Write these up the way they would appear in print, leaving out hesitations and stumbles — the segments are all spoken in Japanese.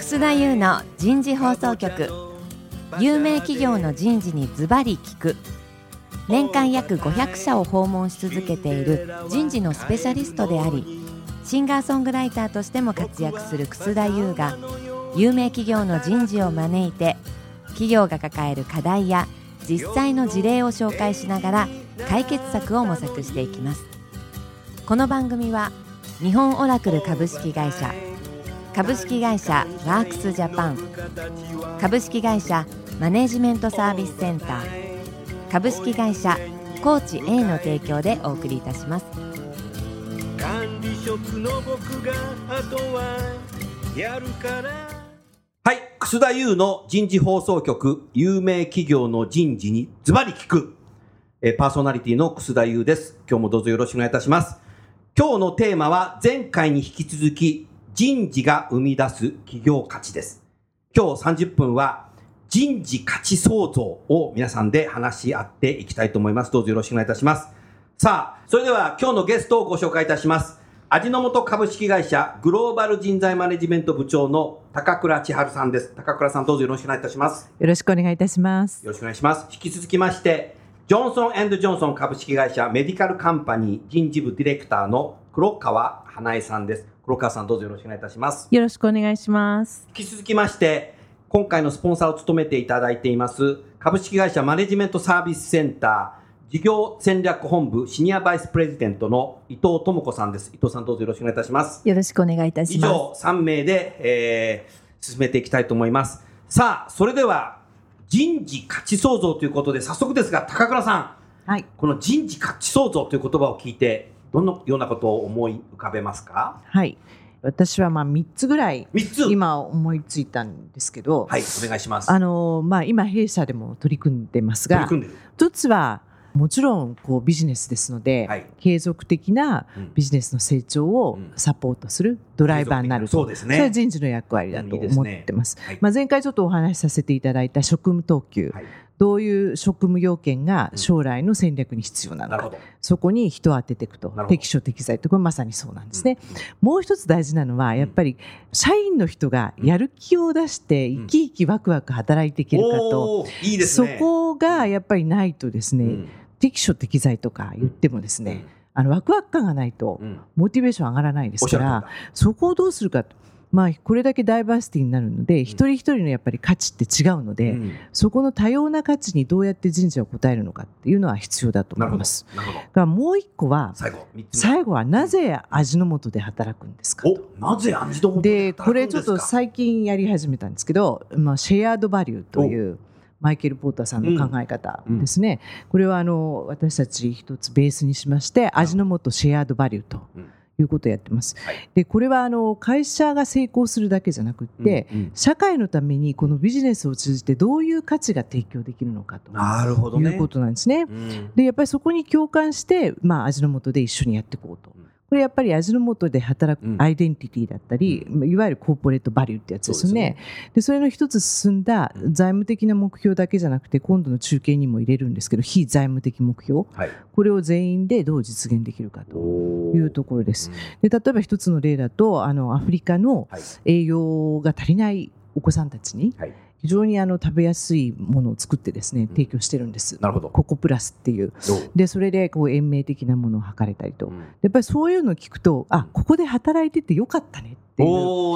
楠田優の人事放送局。有名企業の人事にズバリ聞く。年間約500社を訪問し続けている人事のスペシャリストであり、シンガーソングライターとしても活躍する楠田優が、有名企業の人事を招いて企業が抱える課題や実際の事例を紹介しながら解決策を模索していきます。この番組は日本オラクル株式会社、株式会社ワークスジャパン、株式会社マネジメントサービスセンター、株式会社コーチ A の提供でお送りいたします。 管理職の僕があとはやるから。 はい、楠田優の人事放送局、有名企業の人事にズバリ聞く、パーソナリティの楠田優です。今日もどうぞよろしくお願いいたします。今日のテーマは前回に引き続き、人事が生み出す企業価値です。今日30分は人事価値創造を皆さんで話し合っていきたいと思います。どうぞよろしくお願いいたします。さあ、それでは今日のゲストをご紹介いたします。味の素株式会社グローバル人材マネジメント部長の高倉千春さんです。高倉さん、どうぞよろしくお願いいたします。 よろしくお願いいたします。 よろしくお願いします。引き続きまして、ジョンソン&ジョンソン株式会社メディカルカンパニー人事部ディレクターの黒川花江さんです。黒川さん、どうぞよろしくお願いいたします。 よろしくお願いします。 引き続きまして、今回のスポンサーを務めていただいています株式会社マネジメントサービスセンター事業戦略本部シニアバイスプレジデントの伊藤智子さんです。伊藤さん、どうぞよろしくお願いいたします。 よろしくお願いいたします。 以上3名で、進めていきたいと思います。さあ、それでは人事価値創造ということで、早速ですが高倉さん、 はい、 この人事価値創造という言葉を聞いてどのようなことを思い浮かべますか？ はい、私は3つぐらい 3つ今思いついたんですけど、 はい、お願いします。 今弊社でも取り組んでますが、一つはもちろんビジネスですので、はい、継続的なビジネスの成長をサポートするドライバーになると、そうですね、それは人事の役割だと思ってます。いいですね。はい。前回ちょっとお話しさせていただいた職務等級、はい、どういう職務要件が将来の戦略に必要なのか、そこに人を当てていくと、適所適材と、これまさにそうなんですね。もう一つ大事なのはやっぱり社員の人がやる気を出して生き生きワクワク働いていけるかと、いいですね。そこがやっぱりないとですね、適所適材とか言ってもですね、ワクワク感がないとモチベーション上がらないですから、そこをどうするかと。これだけダイバーシティになるので、一人一人のやっぱり価値って違うので、そこの多様な価値にどうやって人事を応えるのかっていうのは必要だと思います。がもう一個は、最後はなぜ味の素で働くんですかと。 なぜ味の素で働くんですか。 でこれちょっと最近やり始めたんですけど、シェアードバリューというマイケル・ポーターさんの考え方ですね。これは私たち一つベースにしまして、味の素シェアードバリューということをやってます。はい、でこれは会社が成功するだけじゃなくて、社会のためにこのビジネスを通じてどういう価値が提供できるのかということなんですね。でやっぱりそこに共感して、味の素で一緒にやっていこうと。これやっぱり味の素で働くアイデンティティだったり、いわゆるコーポレートバリューってやつですよね。でそれの一つ進んだ財務的な目標だけじゃなくて、今度の中継にも入れるんですけど、非財務的目標、はい、これを全員でどう実現できるかというところです。で例えば一つの例だと、アフリカの栄養が足りないお子さんたちに、非常に食べやすいものを作ってですね、提供してるんです。なるほど。ココプラスっていう。でそれで延命的なものを測れたりと、やっぱりそういうのを聞くと、ここで働いててよかったねっていう。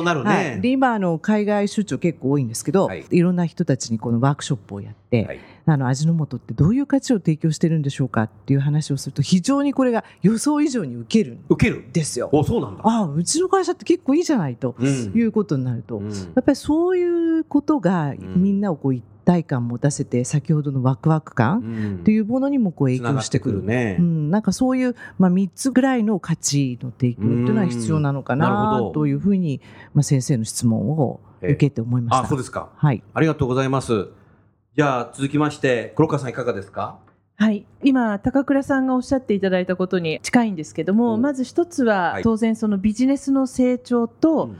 なるね。はい、で今海外出張結構多いんですけど、いろんな人たちにこのワークショップをやって、味の素ってどういう価値を提供してるんでしょうかっていう話をすると、非常にこれが予想以上に受けるんですよ。そうなんだ。うちの会社って結構いいじゃないということになると、やっぱりそういうことがみんなを一体感持たせて、先ほどのワクワク感というものにも影響してくる。なんかそういう3つぐらいの価値の提供というのは必要なのかなというふうに、先生の質問を受けて思いました。 そうですか。 はい。 ありがとうございます。じゃあ続きまして黒川さん、いかがですか？ はい、今高倉さんがおっしゃっていただいたことに近いんですけども、まず一つは当然そのビジネスの成長と、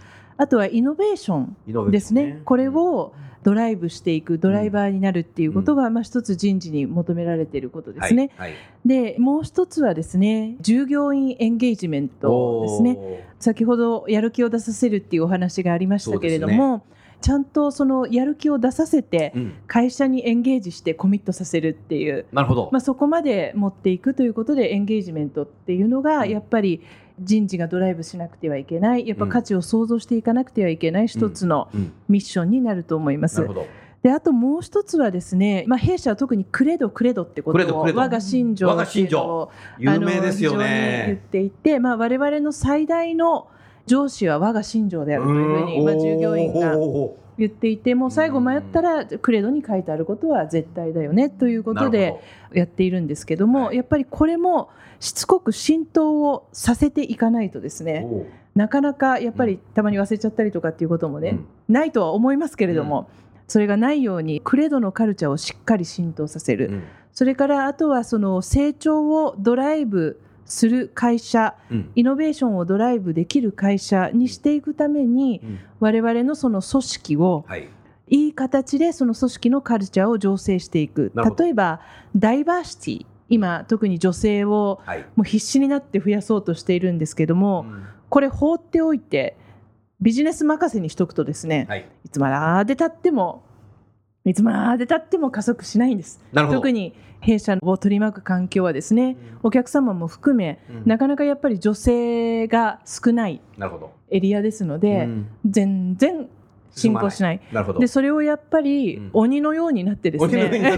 あとはイノベーションですね。これをドライブしていくドライバーになるっていうことが、一つ人事に求められていることですね。でもう一つはですね、従業員エンゲージメントですね。先ほどやる気を出させるっていうお話がありましたけれども、ちゃんとそのやる気を出させて会社にエンゲージしてコミットさせるっていう、 なるほど。 そこまで持っていくということでエンゲージメントっていうのがやっぱり人事がドライブしなくてはいけない、やっぱ価値を創造していかなくてはいけない一つのミッションになると思います。 なるほど。 であともう一つはですね、弊社は特にクレドってことを我が信条っていうのを有名ですよね。 非常に言っていて、我々の最大の上司は我が信条であるというふうに、従業員が言っていて、もう最後迷ったらクレドに書いてあることは絶対だよねということでやっているんですけども、やっぱりこれもしつこく浸透をさせていかないとですね、なかなかやっぱりたまに忘れちゃったりとかっていうこともね、ないとは思いますけれども、それがないようにクレドのカルチャーをしっかり浸透させる、それからあとはその成長をドライブする会社、イノベーションをドライブできる会社にしていくために、我々のその組織をいい形でその組織のカルチャーを醸成していく。例えばダイバーシティ、今特に女性をもう必死になって増やそうとしているんですけども、これ放っておいてビジネス任せにしとくとですね、いつまでたっても加速しないんです。特に弊社を取り巻く環境はですね、お客様も含め、なかなかやっぱり女性が少ないエリアですので、全然進行しない。でそれをやっぱり鬼のようになってですね、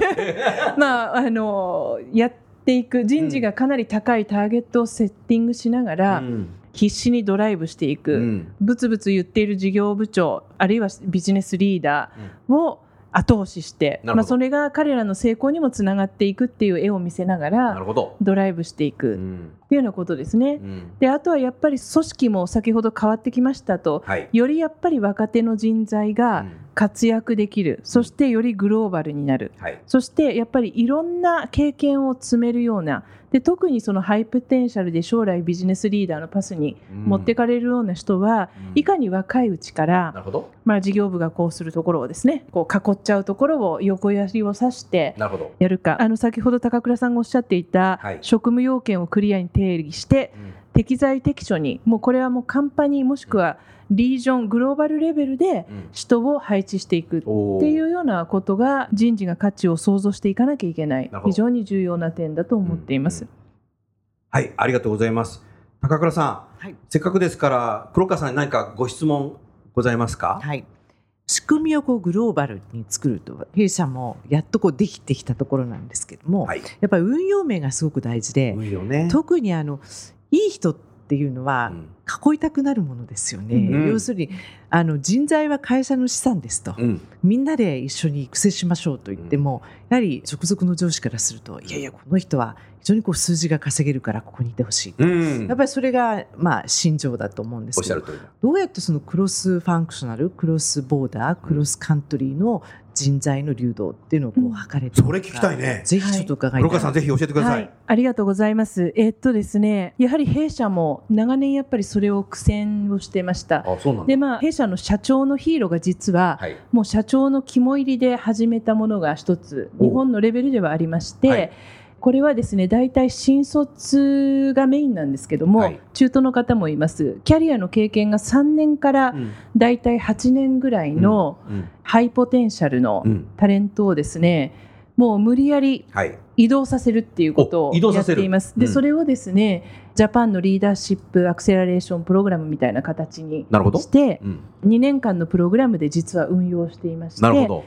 やっていく、人事がかなり高いターゲットをセッティングしながら、必死にドライブしていく、ブツブツ言っている事業部長あるいはビジネスリーダーを後押しして、それが彼らの成功にもつながっていくっていう絵を見せながらドライブしていくっていうようなことですね。であとはやっぱり組織も先ほど変わってきましたと、よりやっぱり若手の人材が活躍できる、そしてよりグローバルになる、そしてやっぱりいろんな経験を積めるような、で特にそのハイポテンシャルで将来ビジネスリーダーのパスに持ってかれるような人は、いかに若いうちから、事業部がこうするところをですね、こう囲っちゃうところを横槍を刺してやるか、先ほど高倉さんがおっしゃっていた、職務要件をクリアに定義して、適材適所に、もうこれはもうカンパニーもしくはリージョングローバルレベルで人を配置していくっていうようなことが、人事が価値を創造していかなきゃいけない、非常に重要な点だと思っています。 はい、ありがとうございます。高倉さん、せっかくですから黒川さんに何かご質問ございますか？ 仕組みをこうグローバルに作ると、弊社もやっとこうできてきたところなんですけども、やっぱり運用面がすごく大事で、特にいい人っていうのは囲いたくなるものですよね。要するに人材は会社の資産ですと、みんなで一緒に育成しましょうと言っても、やはり直属の上司からすると、いやいやこの人は非常にこう数字が稼げるからここにいてほしいと、やっぱりそれが信条だと思うんですけど、どうやってそのクロスファンクショナル、クロスボーダー、クロスカントリーの人材の流動っていうのをこう図れて、 それ聞きたいね。 ぜひちょっと伺いたい。 黒川さんぜひ教えてください。 ありがとうございます。ですね、やはり弊社も長年やっぱりそれを苦戦をしてました。で弊社の社長のヒーローが実は、もう社長の肝入りで始めたものが一つ日本のレベルではありまして、これはですね、大体新卒がメインなんですけども、中途の方もいます。キャリアの経験が3年から大体8年ぐらいのハイポテンシャルのタレントをですね、もう無理やり移動させるっていうことをやっています。でそれをですね、ジャパンのリーダーシップアクセラレーションプログラムみたいな形にして、2年間のプログラムで実は運用していまして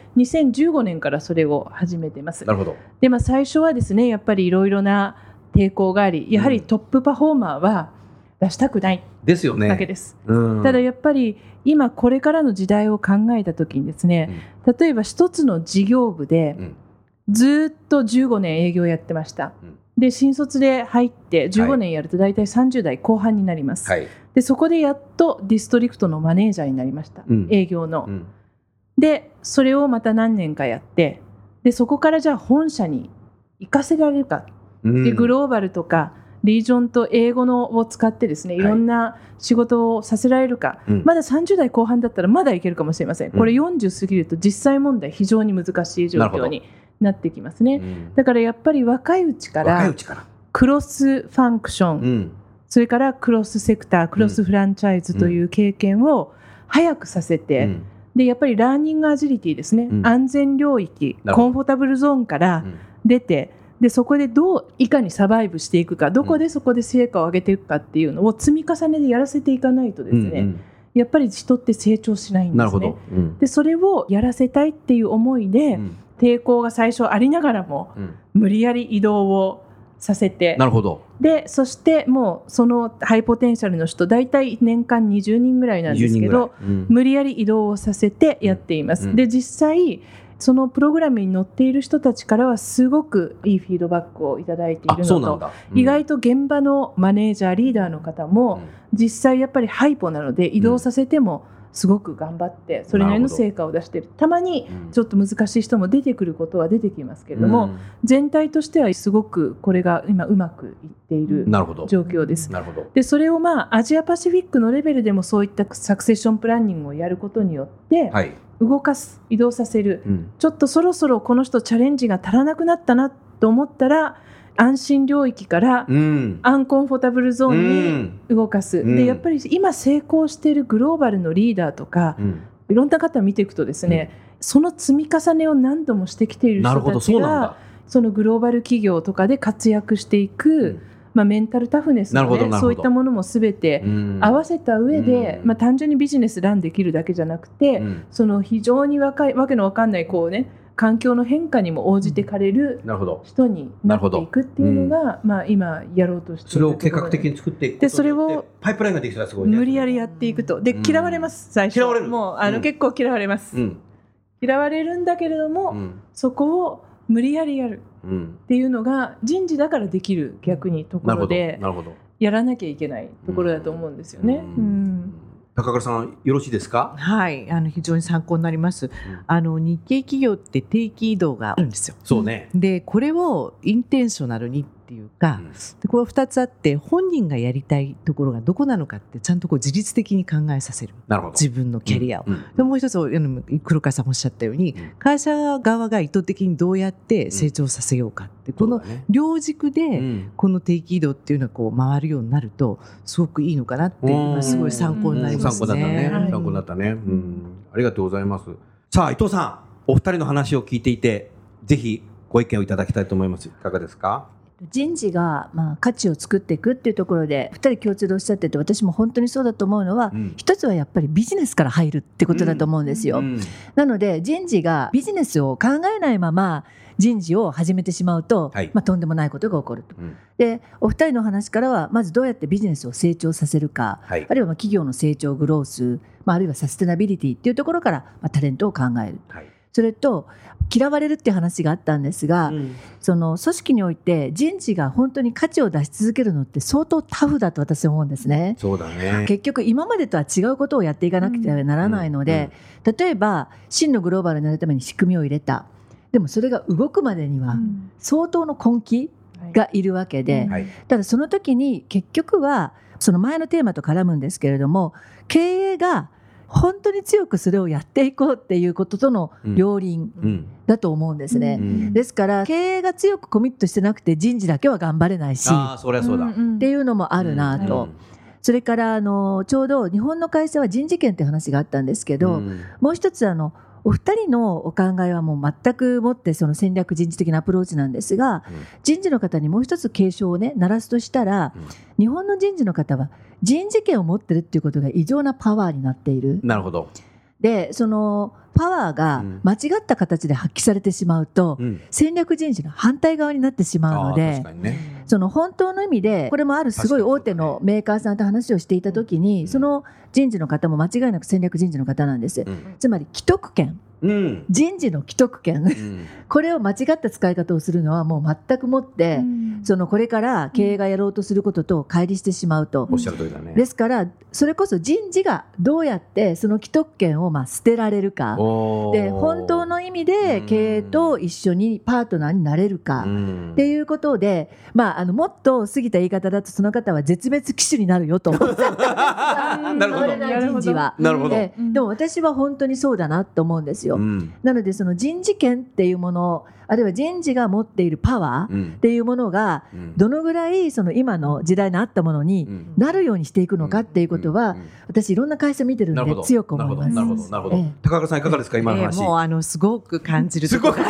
、2015年からそれを始めています。で最初はですね、やっぱりいろいろな抵抗があり、やはりトップパフォーマーは出したくないわけです。ただやっぱり今これからの時代を考えた時にですね、例えば一つの事業部でずっと15年営業やってました。で新卒で入って15年やると大体30代後半になります。でそこでやっとディストリクトのマネージャーになりました、営業の。でそれをまた何年かやって、でそこからじゃあ本社に行かせられるか、でグローバルとかリージョンと英語を使ってですね、いろんな仕事をさせられるか、まだ30代後半だったらまだいけるかもしれません。これ40過ぎると実際問題非常に難しい状況になってきますね。だからやっぱり若いうちからクロスファンクション、それからクロスセクター、クロスフランチャイズという経験を早くさせて、でやっぱりラーニングアジリティですね、安全領域、コンフォータブルゾーンから出て、でそこでどういかにサバイブしていくか、どこでそこで成果を上げていくかっていうのを積み重ねでやらせていかないとですね、やっぱり人って成長しないんですね。でそれをやらせたいっていう思いで、抵抗が最初ありながらも、無理やり移動をさせて、 なるほど。 でそしてもうそのハイポテンシャルの人大体年間20人ぐらいなんですけど、無理やり移動をさせてやっています。で実際そのプログラムに載っている人たちからはすごくいいフィードバックをいただいているのと、意外と現場のマネージャーリーダーの方も、実際やっぱりハイポなので移動させてもすごく頑張ってそれなりの成果を出している。たまにちょっと難しい人も出てくることは出てきますけれども、全体としてはすごくこれが今うまくいっている状況です。でそれをアジアパシフィックのレベルでもそういったサクセッションプランニングをやることによって、動かす、移動させる、ちょっとそろそろこの人チャレンジが足らなくなったなと思ったら安心領域からアンコンフォータブルゾーンに動かす、でやっぱり今成功しているグローバルのリーダーとか、いろんな方を見ていくとですね、その積み重ねを何度もしてきている人たちがそのグローバル企業とかで活躍していく、メンタルタフネス、そういったものもすべて合わせた上で、単純にビジネスランできるだけじゃなくて、その非常にわけのわかんない環境の変化にも応じてかれる人になっていくっていうのが、今やろうとしているところで、 それを計画的に作っていくことで、それをパイプラインができたらすごいね。 無理やりやっていくと、で嫌われます、最初もう結構嫌われます、嫌われるんだけれども、そこを無理やりやるっていうのが人事だからできる逆にところでやらなきゃいけないところだと思うんですよね。 高倉さんよろしいですか？ はい、非常に参考になります。日系企業って定期移動があるんですよ。 そうね。 でこれをインテンショナルにっていうか、でこれ2つあって、本人がやりたいところがどこなのかってちゃんと自律的に考えさせる。自分のキャリアを、でもう一つ黒川さんおっしゃったように、会社側が意図的にどうやって成長させようかって、この両軸でこの定期移動っていうのが回るようになるとすごくいいのかなっていうのがすごい参考になりますね。 参考だったね。ありがとうございます。さあ伊藤さん、お二人の話を聞いていて、ぜひご意見をいただきたいと思います。いかがですか？ 人事が価値を作っていくっていうところで2人共通でおっしゃってて、私も本当にそうだと思うのは、一つはやっぱりビジネスから入るってことだと思うんですよ。なので人事がビジネスを考えないまま人事を始めてしまうと、とんでもないことが起こると。でお二人の話からは、まずどうやってビジネスを成長させるか、あるいは企業の成長グロース、あるいはサステナビリティっていうところから、タレントを考える、それと嫌われるっていう話があったんですが、その組織において人事が本当に価値を出し続けるのって相当タフだと私は思うんですね。 そうだね。 結局今までとは違うことをやっていかなくてはならないので、例えば真のグローバルになるために仕組みを入れた。でもそれが動くまでには相当の根気がいるわけで、ただその時に結局はその前のテーマと絡むんですけれども、経営が本当に強くそれをやっていこうっていうこととの両輪だと思うんですね。ですから経営が強くコミットしてなくて人事だけは頑張れないし、 そりゃそうだっていうのもあるなと。それからちょうど日本の会社は人事権って話があったんですけど、もう一つお二人のお考えはもう全くもってその戦略人事的なアプローチなんですが、人事の方にもう一つ警鐘を鳴らすとしたら、日本の人事の方は人事権を持ってるっていうことが異常なパワーになっている。 なるほど。 でそのパワーが間違った形で発揮されてしまうと、戦略人事の反対側になってしまうので、その本当の意味でこれもあるすごい大手のメーカーさんと話をしていた時に、その人事の方も間違いなく戦略人事の方なんです。つまり既得権人事の既得権、これを間違った使い方をするのはもう全くもって、これから経営がやろうとすることと乖離してしまうと。 おっしゃる通りだね。 ですからそれこそ人事がどうやってその既得権を捨てられるかで、本当の意味で経営と一緒にパートナーになれるかっていうことで、もっと過ぎた言い方だとその方は絶滅危惧になるよと思ってたんです人事は。でも私は本当にそうだなと思うんですよ。なのでその人事権っていうもの、あるいは人事が持っているパワーっていうものがどのぐらいその今の時代に合ったものになるようにしていくのかっていうことは、私いろんな会社見てるんで強く思います。 なるほど、なるほど。高倉さんいかがですか、今の話。 もうすごく感じるところがあって、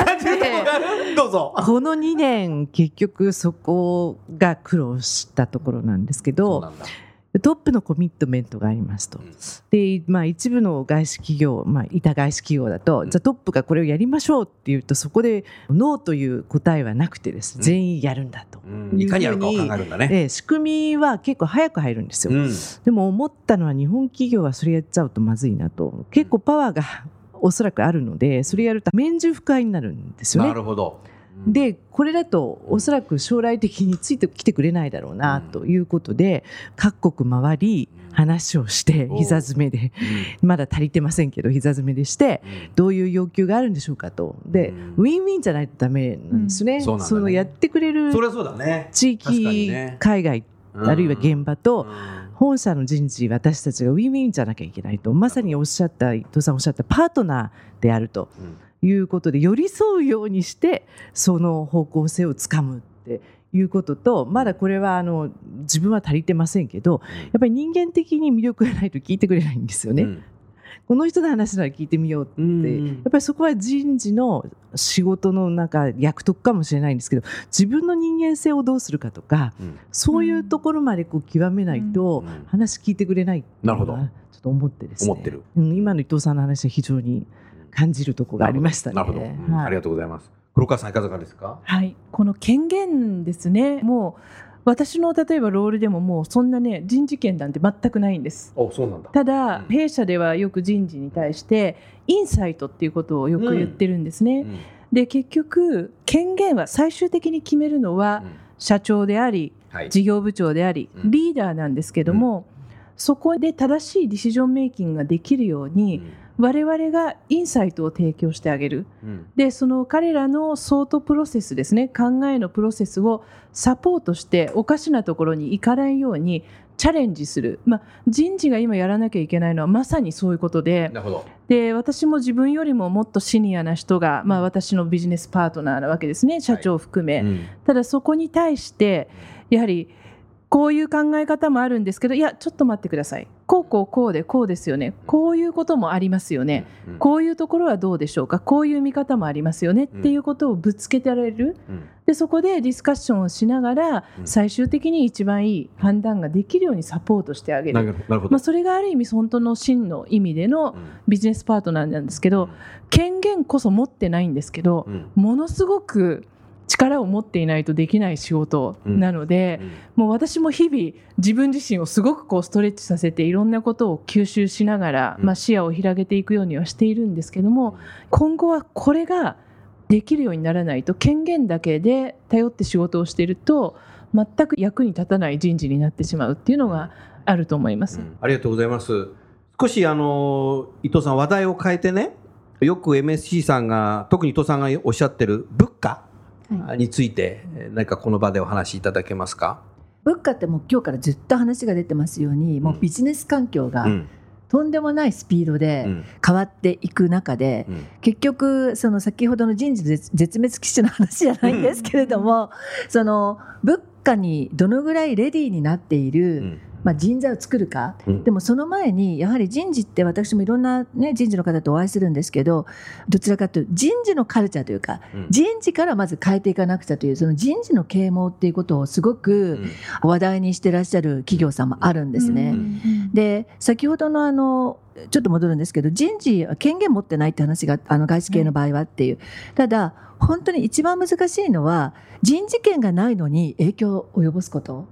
どうぞ。この2年結局そこが苦労したところなんですけど、トップのコミットメントがありますと。で、一部の外資企業、板外資企業だと、じゃあトップがこれをやりましょうっていうと、そこでノーという答えはなくてです、全員やるんだといかにやるかを考えるんだね。 仕組みは結構早く入るんですよ。でも思ったのは、日本企業はそれやっちゃうとまずいなと。結構パワーがおそらくあるので、それやると免除不快になるんですよね。 なるほど。 でこれだとおそらく将来的についてきてくれないだろうなということで、各国回り話をして膝詰めで、まだ足りてませんけど膝詰めでして、どういう要求があるんでしょうかと。でウィンウィンじゃないとダメなんですね。そのやってくれる地域、海外あるいは現場と本社の人事、私たちがウィンウィンじゃなきゃいけないと。まさに伊藤さんおっしゃったパートナーであるということで、寄り添うようにしてその方向性をつかむっていうことと、まだこれは自分は足りてませんけど、やっぱり人間的に魅力がないと聞いてくれないんですよね。この人の話なら聞いてみようって、やっぱりそこは人事の仕事の役得かもしれないんですけど、自分の人間性をどうするかとか、そういうところまで極めないと話聞いてくれないっていうのはちょっと思ってですね。今の伊藤さんの話は非常に感じるところがありましたね。 なるほど、ありがとうございます。黒川さんいかがですか。 はい、この権限ですね。もう私の例えばロールでももうそんなね、人事権なんて全くないんです。 そうなんだ。 ただ、弊社ではよく人事に対してインサイトっていうことをよく言ってるんですね。で結局権限は最終的に決めるのは社長であり、事業部長であり、リーダーなんですけども、そこで正しいディシジョンメイキングができるように、我々がインサイトを提供してあげる。でその彼らのソートプロセスですね、考えのプロセスをサポートしておかしなところに行かないようにチャレンジする。人事が今やらなきゃいけないのはまさにそういうことで、私も自分よりももっとシニアな人が、私のビジネスパートナーなわけですね、社長を含め。ただそこに対してやはりこういう考え方もあるんですけど、いやちょっと待ってください、こうでこうですよね、こういうこともありますよね、こういうところはどうでしょうか、こういう見方もありますよねっていうことをぶつけてられる。でそこでディスカッションをしながら最終的に一番いい判断ができるようにサポートしてあげる。それがある意味本当の真の意味でのビジネスパートナーなんですけど、権限こそ持ってないんですけど、ものすごく力を持っていないとできない仕事なので、もう私も日々自分自身をすごくストレッチさせていろんなことを吸収しながら、視野を広げていくようにはしているんですけども、今後はこれができるようにならないと、権限だけで頼って仕事をしていると全く役に立たない人事になってしまうっていうのがあると思います。 ありがとうございます。少し伊藤さん話題を変えてね、よく MSC さんが、特に伊藤さんがおっしゃってる物価について何かこの場でお話しいただけますか。 物価ってもう今日からずっと話が出てますように、もうビジネス環境がとんでもないスピードで変わっていく中で、結局その先ほどの人事絶滅危惧の話じゃないんですけれども、その物価にどのぐらいレディーになっている人材を作るか。でもその前にやはり人事って、私もいろんな、人事の方とお会いするんですけど、どちらかというと人事のカルチャーというか、人事からまず変えていかなくちゃという、その人事の啓蒙っていうことをすごく話題にしてらっしゃる企業さんもあるんですね。で先ほどのちょっと戻るんですけど、人事は権限持ってないって話が外資系の場合はっていう、ただ本当に一番難しいのは人事権がないのに影響を及ぼすこと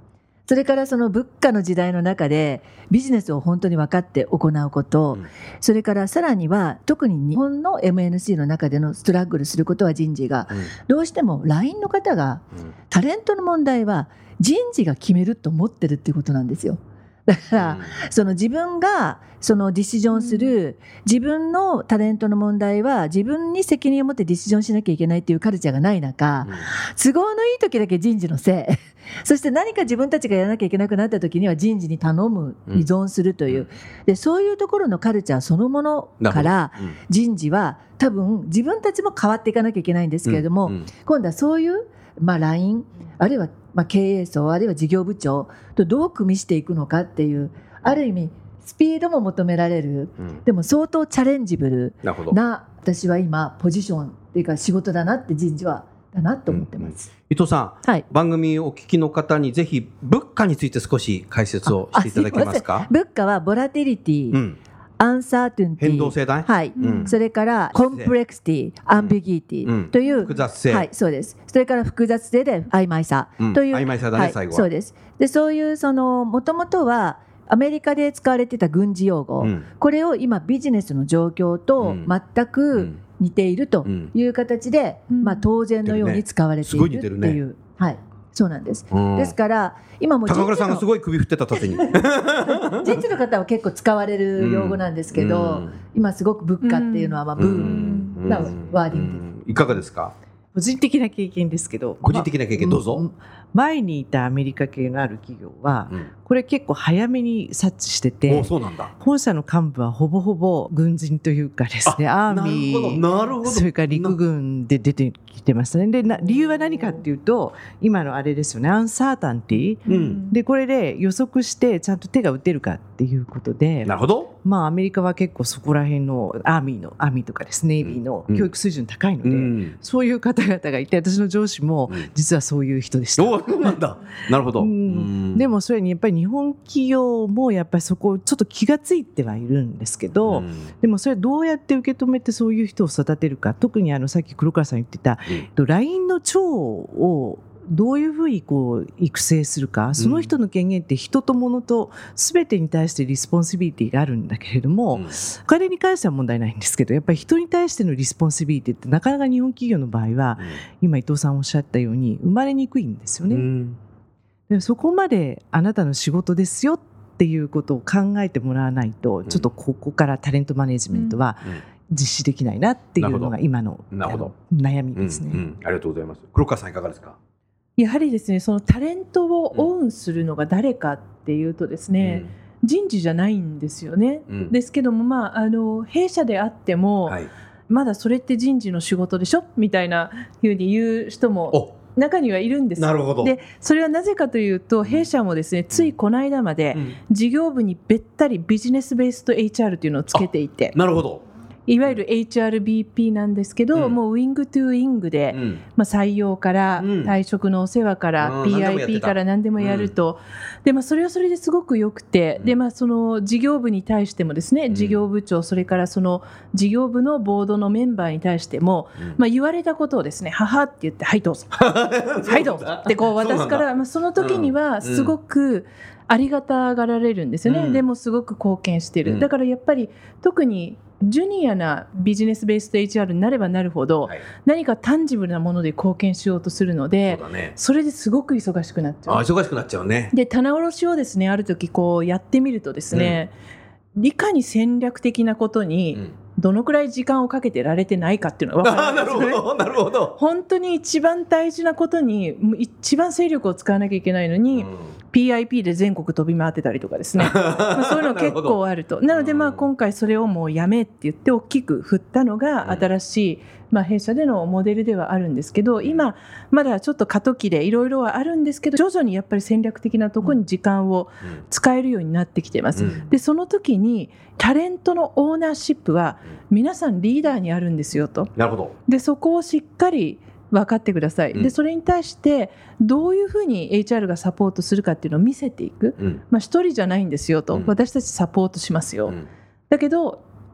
それからその物価の時代の中でビジネスを本当に分かって行うこと、それからさらには特に日本の MNC の中でのストラッグルすることは人事が、どうしても LINE の方がタレントの問題は人事が決めると思ってるっていうことなんですよ。だからその自分がそのディシジョンする、自分のタレントの問題は自分に責任を持ってディシジョンしなきゃいけないっていうカルチャーがない中、都合のいい時だけ人事のせいそして何か自分たちがやらなきゃいけなくなった時には人事に頼む、依存するという、でそういうところのカルチャーそのものから人事は多分自分たちも変わっていかなきゃいけないんですけれども、今度はそういうLINE あるいは経営層あるいは事業部長とどう組みしていくのかっていう、ある意味スピードも求められる、でも相当チャレンジブルな私は今ポジションっていうか仕事だなって人事はだなと思ってます。 伊藤さん、番組をお聞きの方にぜひ物価について少し解説をしていただけますか。 物価はボラティリティ、アンサーティンティ、 変動性だ、 それからコンプレクシティ、アンビギティという、 複雑性、 そうです。それから複雑性で曖昧さという、 曖昧さだね、最後は。 そうです。でそういうもともとはアメリカで使われていた軍事用語、これを今ビジネスの状況と全く似ているという形で、当然のように使われているっていう、そうなんです。ですから今も高倉さんがすごい首振ってた縦に人事の方は結構使われる用語なんですけど、今すごく物価っていうのはブームなワーディングです。 いかがですか。 個人的な経験ですけど、 個人的な経験どうぞ。 前にいたアメリカ系のある企業は、これ結構早めに察知してて、 そうなんだ。 本社の幹部はほぼほぼ軍人というかですね、アーミー、それから陸軍で出てきてましたね。で理由は何かっていうと、今のあれですよね、アンサータンティ、でこれで予測してちゃんと手が打てるかっていうことで、 なるほど。 アメリカは結構そこら辺のアーミーとかですね、ネイビーの教育水準高いので、そういう方々がいて、私の上司も実はそういう人でした。 そうなんだ。なるほど。 でもそれにやっぱり日本企業もやっぱりそこちょっと気がついてはいるんですけど、でもそれどうやって受け止めてそういう人を育てるか、特にさっき黒川さん言ってた、LINE の長をどういうふうに育成するか、その人の権限って人と物と全てに対してリスポンシビリティがあるんだけれども、お金に関しては問題ないんですけど、やっぱり人に対してのリスポンシビリティってなかなか日本企業の場合は、今伊藤さんおっしゃったように生まれにくいんですよね。でそこまであなたの仕事ですよっていうことを考えてもらわないと、ちょっとここからタレントマネジメントは実施できないなっていうのが今の悩みですね。 ありがとうございます。黒川さんいかがですか。 やはりですね、そのタレントをオンするのが誰かっていうとですね、人事じゃないんですよね。ですけども、弊社であっても、まだそれって人事の仕事でしょみたいなふうに言う人も中にはいるんです。 なるほど。 でそれはなぜかというと、弊社もですね、ついこの間まで事業部にべったりビジネスベースと HR というのをつけていて、 なるほど。 いわゆる HRBP なんですけど、もうウィングトゥウィングで、採用から退職のお世話から PIP から何でもやると、でそれはそれですごくよくて、でその事業部に対してもですね、事業部長、それからその事業部のボードのメンバーに対しても、言われたことをですね、ははって言って、はいどうぞはいどうぞって渡すから、その時にはすごくありがたがられるんですよね。でもすごく貢献してる。だからやっぱり特にジュニアなビジネスベースと HR になればなるほど、何かタンジブルなもので貢献しようとするので、それですごく忙しくなっちゃう。 忙しくなっちゃうね。 で棚卸しをですね、ある時やってみるとですね、いかに戦略的なことにどのくらい時間をかけてられてないかっていうのが分かるんですよね。なるほど。本当に一番大事なことに一番精力を使わなきゃいけないのに、PIP で全国飛び回ってたりとかですねそういうの結構あると。なので今回それをもうやめって言って大きく振ったのが新しい、弊社でのモデルではあるんですけど、今まだちょっと過渡期でいろいろはあるんですけど、徐々にやっぱり戦略的なところに時間を使えるようになってきてます。でその時にタレントのオーナーシップは皆さんリーダーにあるんですよと。 なるほど。 でそこをしっかり分かってください。でそれに対してどういうふうに HR がサポートするかっていうのを見せていく。一人じゃないんですよと、私たちサポートしますよ。だけど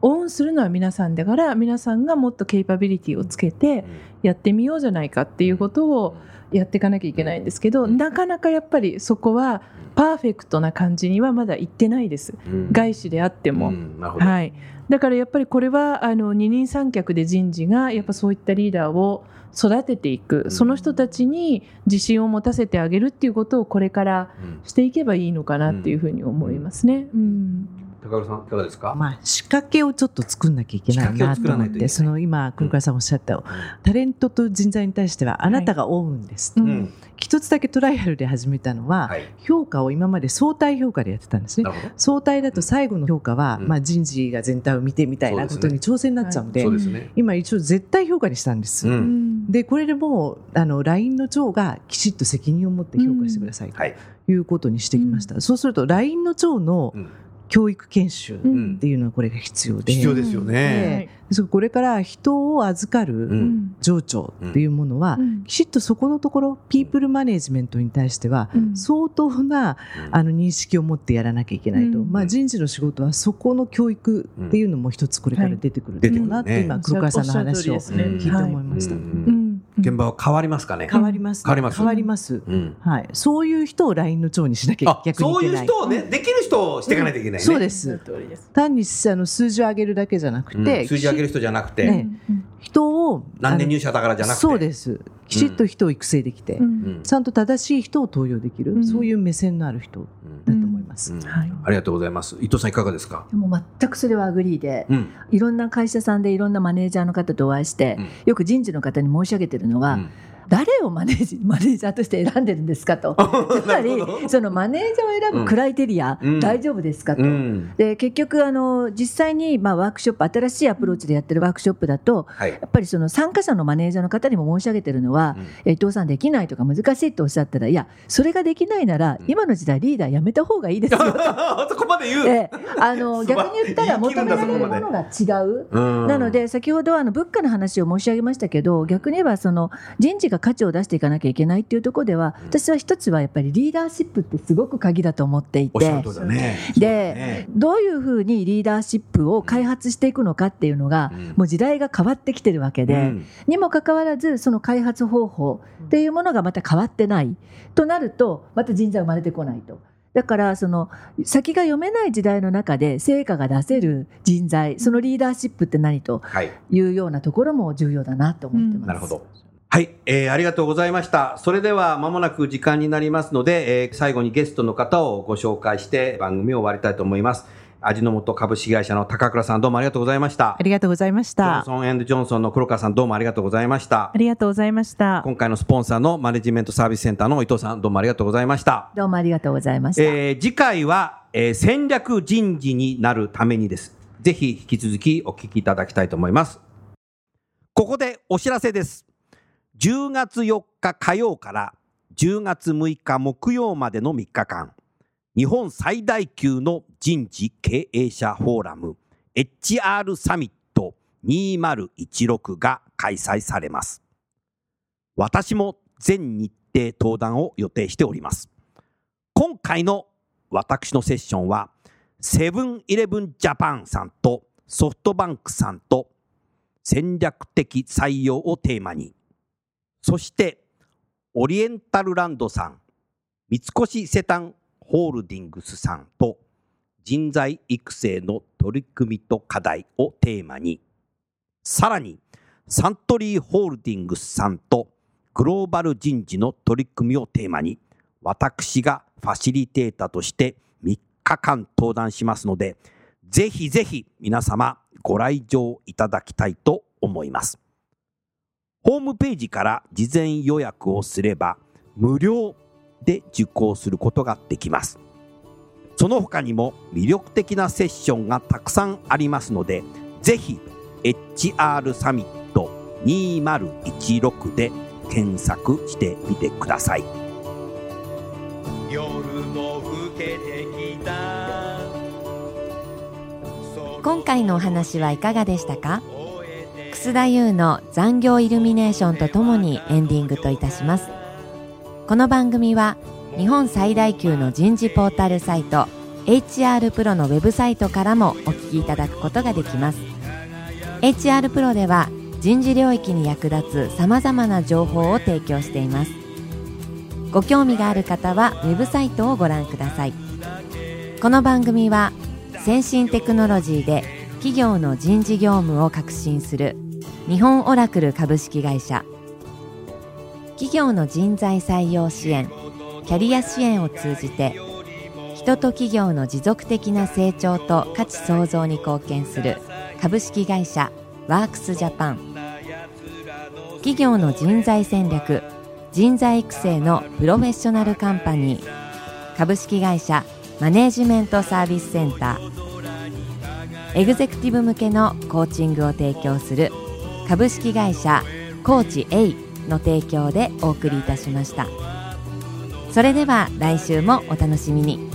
オンするのは皆さんだから、皆さんがもっとケイパビリティをつけてやってみようじゃないかっていうことをやっていかなきゃいけないんですけど、なかなかやっぱりそこはパーフェクトな感じにはまだいってないです、外資であっても。はい、だからやっぱりこれは二人三脚で人事がやっぱそういったリーダーを育てていく、その人たちに自信を持たせてあげるっていうことをこれからしていけばいいのかなっていうふうに思いますね。 高倉さんいかがですか？ 仕掛けをちょっと作んなきゃいけないなと思って、その今黒川さんおっしゃった、タレントと人材に対してはあなたが追うんです、一つだけトライアルで始めたのは、評価を今まで相対評価でやってたんですね。相対だと最後の評価は、人事が全体を見てみたいなことに挑戦になっちゃうので、今一応絶対評価にしたんです、でこれでもLINE の長がきちっと責任を持って評価してくださいということにしてきました。そうすると LINE の長の教育研修っていうのはこれが必要で、 必要ですよね。 これから人を預かる上長っていうものは、きちっとそこのところピープルマネジメントに対しては相当な認識を持ってやらなきゃいけないと、人事の仕事はそこの教育っていうのも一つこれから出てくるだろうなって今黒川さんの話を聞いて思いました。 現場は変わりますかね？ 変わります。はい、そういう人を LINE の長にしなきゃ逆にいけない。 そういう人をね、できる人をしていかないといけないね。 そうです。単に数字を上げるだけじゃなくて、 数字上げる人じゃなくて、 人を何年入社だからじゃなくて、 そうです。きちっと人を育成できて、ちゃんと正しい人を登用できる、そういう目線のある人だと思います。 ありがとうございます。伊藤さんいかがですか？ もう全くそれはアグリーで、いろんな会社さんでいろんなマネージャーの方とお会いして、よく人事の方に申し上げてるのは、誰をマネージャーとして選んでるんですかと。つまりそのマネージャーを選ぶクライテリア、大丈夫ですかと。で結局実際にワークショップ、新しいアプローチでやってるワークショップだと、やっぱりその参加者のマネージャーの方にも申し上げてるのは、伊藤さんできないとか難しいとおっしゃったら、いやそれができないなら、今の時代リーダーやめた方がいいですよと。 そこまで言う。 逆に言ったら求められるものが違う。なので先ほど物価の話を申し上げましたけど、逆に言えばその人事が価値を出していかなきゃいけないっていうところでは、私は一つはやっぱりリーダーシップってすごく鍵だと思っていて、でどういうふうにリーダーシップを開発していくのかっていうのが、もう時代が変わってきてるわけで、にもかかわらずその開発方法っていうものがまた変わってないとなると、また人材生まれてこないと。だからその先が読めない時代の中で成果が出せる人材、そのリーダーシップって何というようなところも重要だなと思ってます。 なるほど。はい、ありがとうございました。それでは間もなく時間になりますので、最後にゲストの方をご紹介して番組を終わりたいと思います。味の素株式会社の高倉さん、どうもありがとうございました。 ありがとうございました。 ジョンソン&ジョンソンの黒川さん、どうもありがとうございました。 ありがとうございました。 今回のスポンサーのマネジメントサービスセンターの伊藤さん、どうもありがとうございました。 どうもありがとうございました。 次回は、戦略人事になるためにです。ぜひ引き続きお聞きいただきたいと思います。ここでお知らせです。10月4日火曜から10月6日木曜までの3日間、日本最大級の人事経営者フォーラム HR サミット2016が開催されます。私も全日程登壇を予定しております。今回の私のセッションはセブンイレブンジャパンさんとソフトバンクさんと戦略的採用をテーマに、そしてオリエンタルランドさん、三越セタンホールディングスさんと人材育成の取り組みと課題をテーマに、さらにサントリーホールディングスさんとグローバル人事の取り組みをテーマに、私がファシリテーターとして3日間登壇しますので、ぜひぜひ皆様ご来場いただきたいと思います。ホームページから事前予約をすれば無料で受講することができます。その他にも魅力的なセッションがたくさんありますので、ぜひ HR サミット2016で検索してみてください。 夜も更けてきた。 今回のお話はいかがでしたか？楠田優の残業イルミネーションとともにエンディングといたします。この番組は日本最大級の人事ポータルサイト HR プロのウェブサイトからもお聞きいただくことができます。 HR プロでは人事領域に役立つさまざまな情報を提供しています。ご興味がある方はウェブサイトをご覧ください。この番組は先進テクノロジーで企業の人事業務を革新する日本オラクル株式会社、企業の人材採用支援、キャリア支援を通じて人と企業の持続的な成長と価値創造に貢献する株式会社ワークスジャパン、企業の人材戦略、人材育成のプロフェッショナルカンパニー株式会社マネージメントサービスセンター、エグゼクティブ向けのコーチングを提供する株式会社コーチ A の提供でお送りいたしました。それでは来週もお楽しみに。